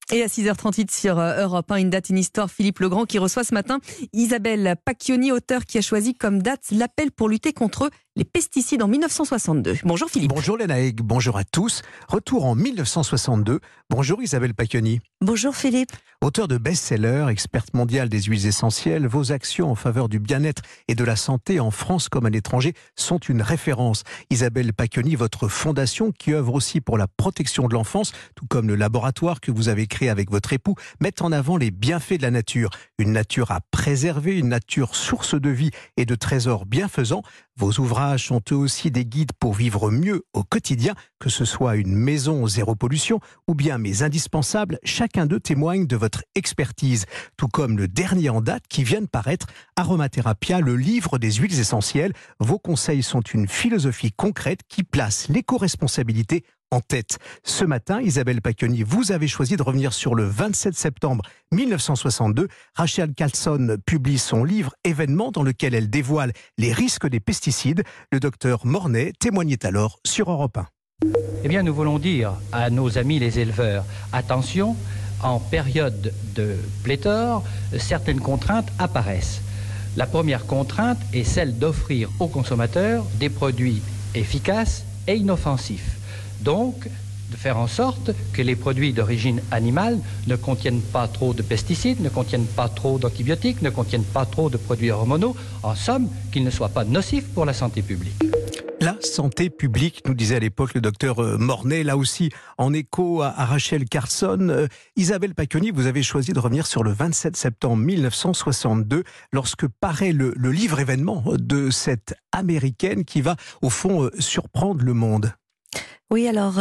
Et à 6h38 sur Europe 1, une date, une histoire, Philippe Legrand qui reçoit ce matin Isabelle Pacchioni, auteur qui a choisi comme date l'appel pour lutter contre les pesticides en 1962. Bonjour Philippe. Bonjour Lénaïque, bonjour à tous. Retour en 1962. Bonjour Isabelle Pacchioni. Bonjour Philippe. Auteur de best-seller, experte mondiale des huiles essentielles, vos actions en faveur du bien-être et de la santé en France comme à l'étranger sont une référence. Isabelle Pacchioni, votre fondation qui œuvre aussi pour la protection de l'enfance, tout comme le laboratoire que vous avez créé avec votre époux, met en avant les bienfaits de la nature. Une nature à préserver, une nature source de vie et de trésors bienfaisants. Vos ouvrages sont eux aussi des guides pour vivre mieux au quotidien, que ce soit une maison zéro pollution ou bien mes indispensables, chacun d'eux témoigne de votre expertise. Tout comme le dernier en date qui vient de paraître, Aromatherapia, le livre des huiles essentielles. Vos conseils sont une philosophie concrète qui place l'éco-responsabilité en tête. Ce matin, Isabelle Pacchioni, vous avez choisi de revenir sur le 27 septembre 1962. Rachel Carson publie son livre Événement dans lequel elle dévoile les risques des pesticides. Le docteur Mornay témoignait alors sur Europe 1. Eh bien, nous voulons dire à nos amis les éleveurs, attention, en période de pléthore, certaines contraintes apparaissent. La première contrainte est celle d'offrir aux consommateurs des produits efficaces et inoffensifs. Donc, de faire en sorte que les produits d'origine animale ne contiennent pas trop de pesticides, ne contiennent pas trop d'antibiotiques, ne contiennent pas trop de produits hormonaux, en somme, qu'ils ne soient pas nocifs pour la santé publique. La santé publique, nous disait à l'époque le docteur Mornay, là aussi en écho à Rachel Carson. Isabelle Pacchioni, vous avez choisi de revenir sur le 27 septembre 1962, lorsque paraît le livre événement de cette Américaine qui va, au fond, surprendre le monde. Oui, alors,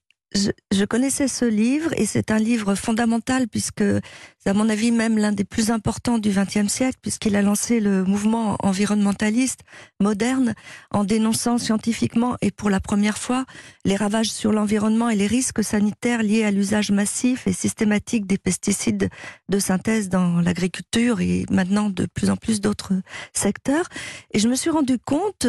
je connaissais ce livre et c'est un livre fondamental puisque c'est à mon avis même l'un des plus importants du XXe siècle puisqu'il a lancé le mouvement environnementaliste moderne en dénonçant scientifiquement et pour la première fois les ravages sur l'environnement et les risques sanitaires liés à l'usage massif et systématique des pesticides de synthèse dans l'agriculture et maintenant de plus en plus d'autres secteurs. Et je me suis rendu compte,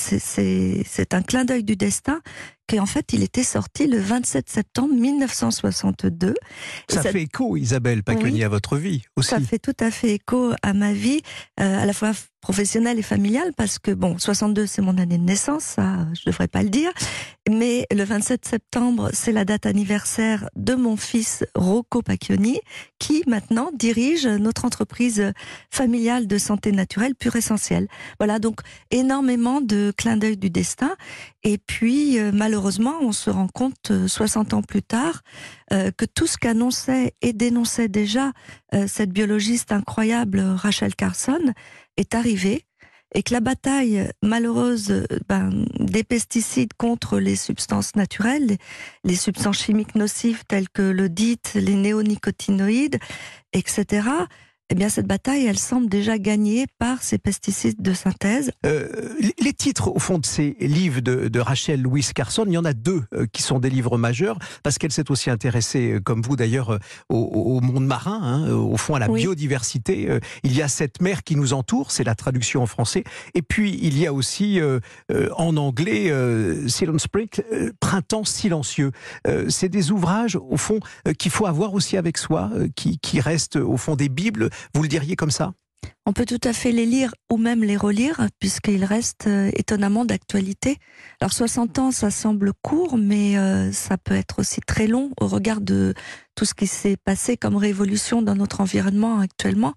c'est un clin d'œil du destin, qu'en fait, il était sorti le 27 septembre 1962. Ça fait écho, Isabelle Pacchioni, oui, à votre vie aussi. Ça fait tout à fait écho à ma vie, à la fois professionnelle et familiale, parce que, bon, 62, c'est mon année de naissance, ça, je devrais pas le dire, mais le 27 septembre, c'est la date anniversaire de mon fils Rocco Pacchioni, qui maintenant dirige notre entreprise familiale de santé naturelle Pure Essentielle. Voilà, donc énormément de clins d'œil du destin. Et puis, malheureusement, on se rend compte 60 ans plus tard que tout ce qu'annonçait et dénonçait déjà cette biologiste incroyable Rachel Carson est arrivé et que la bataille malheureuse des pesticides contre les substances naturelles, les substances chimiques nocives telles que le DEET, les néonicotinoïdes, etc., eh bien, cette bataille, elle semble déjà gagnée par ces pesticides de synthèse. Les titres, au fond, de ces livres de Rachel Louise Carson, il y en a deux qui sont des livres majeurs, parce qu'elle s'est aussi intéressée, comme vous d'ailleurs, au monde marin, hein, au fond, à la biodiversité. Il y a cette mer qui nous entoure, c'est la traduction en français. Et puis, il y a aussi, en anglais, Silent Spring, Printemps silencieux. C'est des ouvrages, au fond, qu'il faut avoir aussi avec soi, qui restent, au fond, des bibles. Vous le diriez comme ça ? On peut tout à fait les lire ou même les relire, puisqu'ils restent étonnamment d'actualité. Alors 60 ans, ça semble court, mais ça peut être aussi très long au regard de tout ce qui s'est passé comme révolution dans notre environnement actuellement.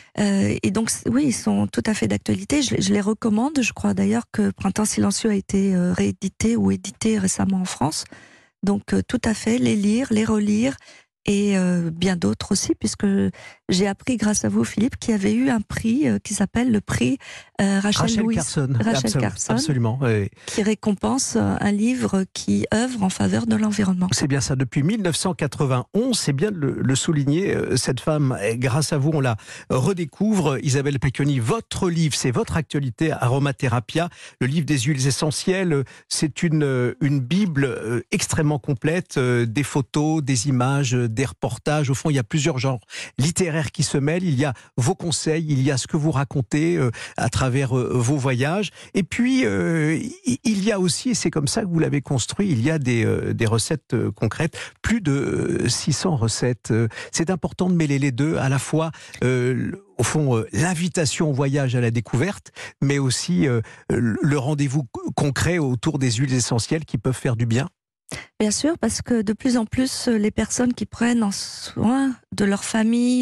Et donc, oui, ils sont tout à fait d'actualité. Je les recommande. Je crois d'ailleurs que Printemps silencieux a été réédité ou édité récemment en France. Donc, tout à fait, les lire, les relire, et bien d'autres aussi, puisque j'ai appris grâce à vous, Philippe, qu'il y avait eu un prix qui s'appelle le prix Rachel Carson, absolument, oui. Qui récompense un livre qui œuvre en faveur de l'environnement. C'est bien ça, depuis 1991, c'est bien de le souligner, cette femme, grâce à vous, on la redécouvre. Isabelle Pacchioni, votre livre, c'est votre actualité, Aromatherapia, le livre des huiles essentielles, c'est une bible extrêmement complète, des photos, des images, des reportages, au fond il y a plusieurs genres littéraires littéraire qui se mêle, il y a vos conseils, il y a ce que vous racontez à travers vos voyages. Et puis, il y a aussi, et c'est comme ça que vous l'avez construit, il y a des recettes concrètes, plus de 600 recettes. C'est important de mêler les deux, à la fois au fond, l'invitation au voyage à la découverte, mais aussi le rendez-vous concret autour des huiles essentielles qui peuvent faire du bien. Bien sûr, parce que de plus en plus, les personnes qui prennent en soin de leur famille,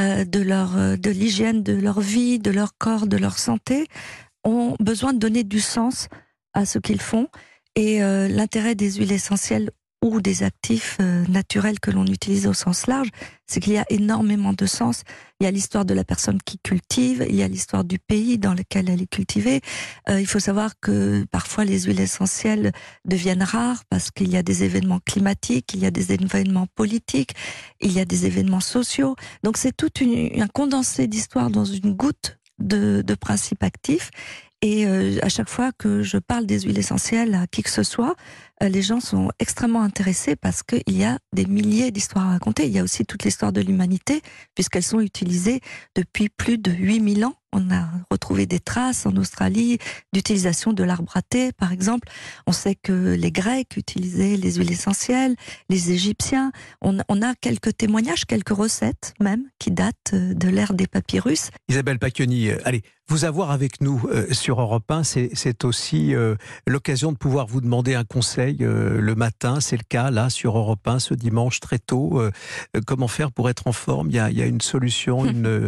de l'hygiène de leur vie, de leur corps, de leur santé, ont besoin de donner du sens à ce qu'ils font. Et l'intérêt des huiles essentielles ou des actifs naturels que l'on utilise au sens large, c'est qu'il y a énormément de sens. Il y a l'histoire de la personne qui cultive, il y a l'histoire du pays dans lequel elle est cultivée. Il faut savoir que parfois les huiles essentielles deviennent rares parce qu'il y a des événements climatiques, il y a des événements politiques, il y a des événements sociaux. Donc c'est tout un condensé d'histoire dans une goutte de principes actifs. Et à chaque fois que je parle des huiles essentielles à qui que ce soit, les gens sont extrêmement intéressés parce qu'il y a des milliers d'histoires à raconter. Il y a aussi toute l'histoire de l'humanité, puisqu'elles sont utilisées depuis plus de 8000 ans. On a retrouvé des traces en Australie d'utilisation de l'arbre à thé, par exemple. On sait que les Grecs utilisaient les huiles essentielles, les Égyptiens. On a quelques témoignages, quelques recettes même, qui datent de l'ère des papyrus. Isabelle Pacchioni, allez, vous avoir avec nous sur Europe 1, c'est aussi l'occasion de pouvoir vous demander un conseil le matin. C'est le cas, là, sur Europe 1, ce dimanche, très tôt. Comment faire pour être en forme ? Il y a une solution,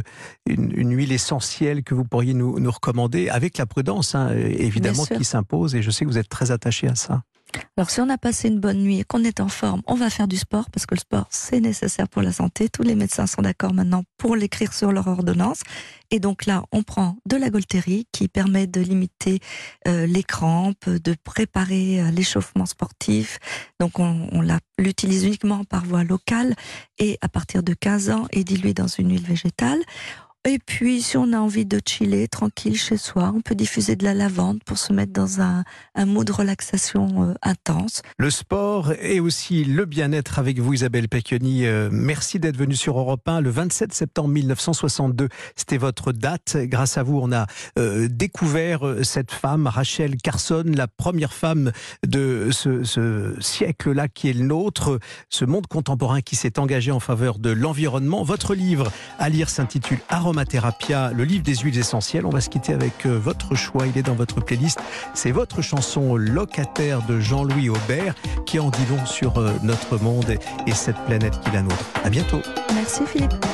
une huile essentielle que vous pourriez nous recommander, avec la prudence, hein, évidemment, qui s'impose. Et je sais que vous êtes très attaché à ça. Alors si on a passé une bonne nuit et qu'on est en forme, on va faire du sport parce que le sport c'est nécessaire pour la santé. Tous les médecins sont d'accord maintenant pour l'écrire sur leur ordonnance. Et donc là, on prend de la Golterie qui permet de limiter les crampes, de préparer l'échauffement sportif. Donc on l'utilise uniquement par voie locale et à partir de 15 ans est dilué dans une huile végétale. Et puis, si on a envie de chiller tranquille chez soi, on peut diffuser de la lavande pour se mettre dans un mood de relaxation intense. Le sport et aussi le bien-être avec vous, Isabelle Pacchioni. Merci d'être venue sur Europe 1. Le 27 septembre 1962, c'était votre date. Grâce à vous, on a découvert cette femme, Rachel Carson, la première femme de ce siècle-là qui est le nôtre, ce monde contemporain qui s'est engagé en faveur de l'environnement. Votre livre à lire s'intitule Aromathérapia, le livre des huiles essentielles. On va se quitter avec votre choix, il est dans votre playlist. C'est votre chanson Locataire de Jean-Louis Aubert qui en dit long sur notre monde et cette planète qui est la nôtre. À bientôt. Merci Philippe.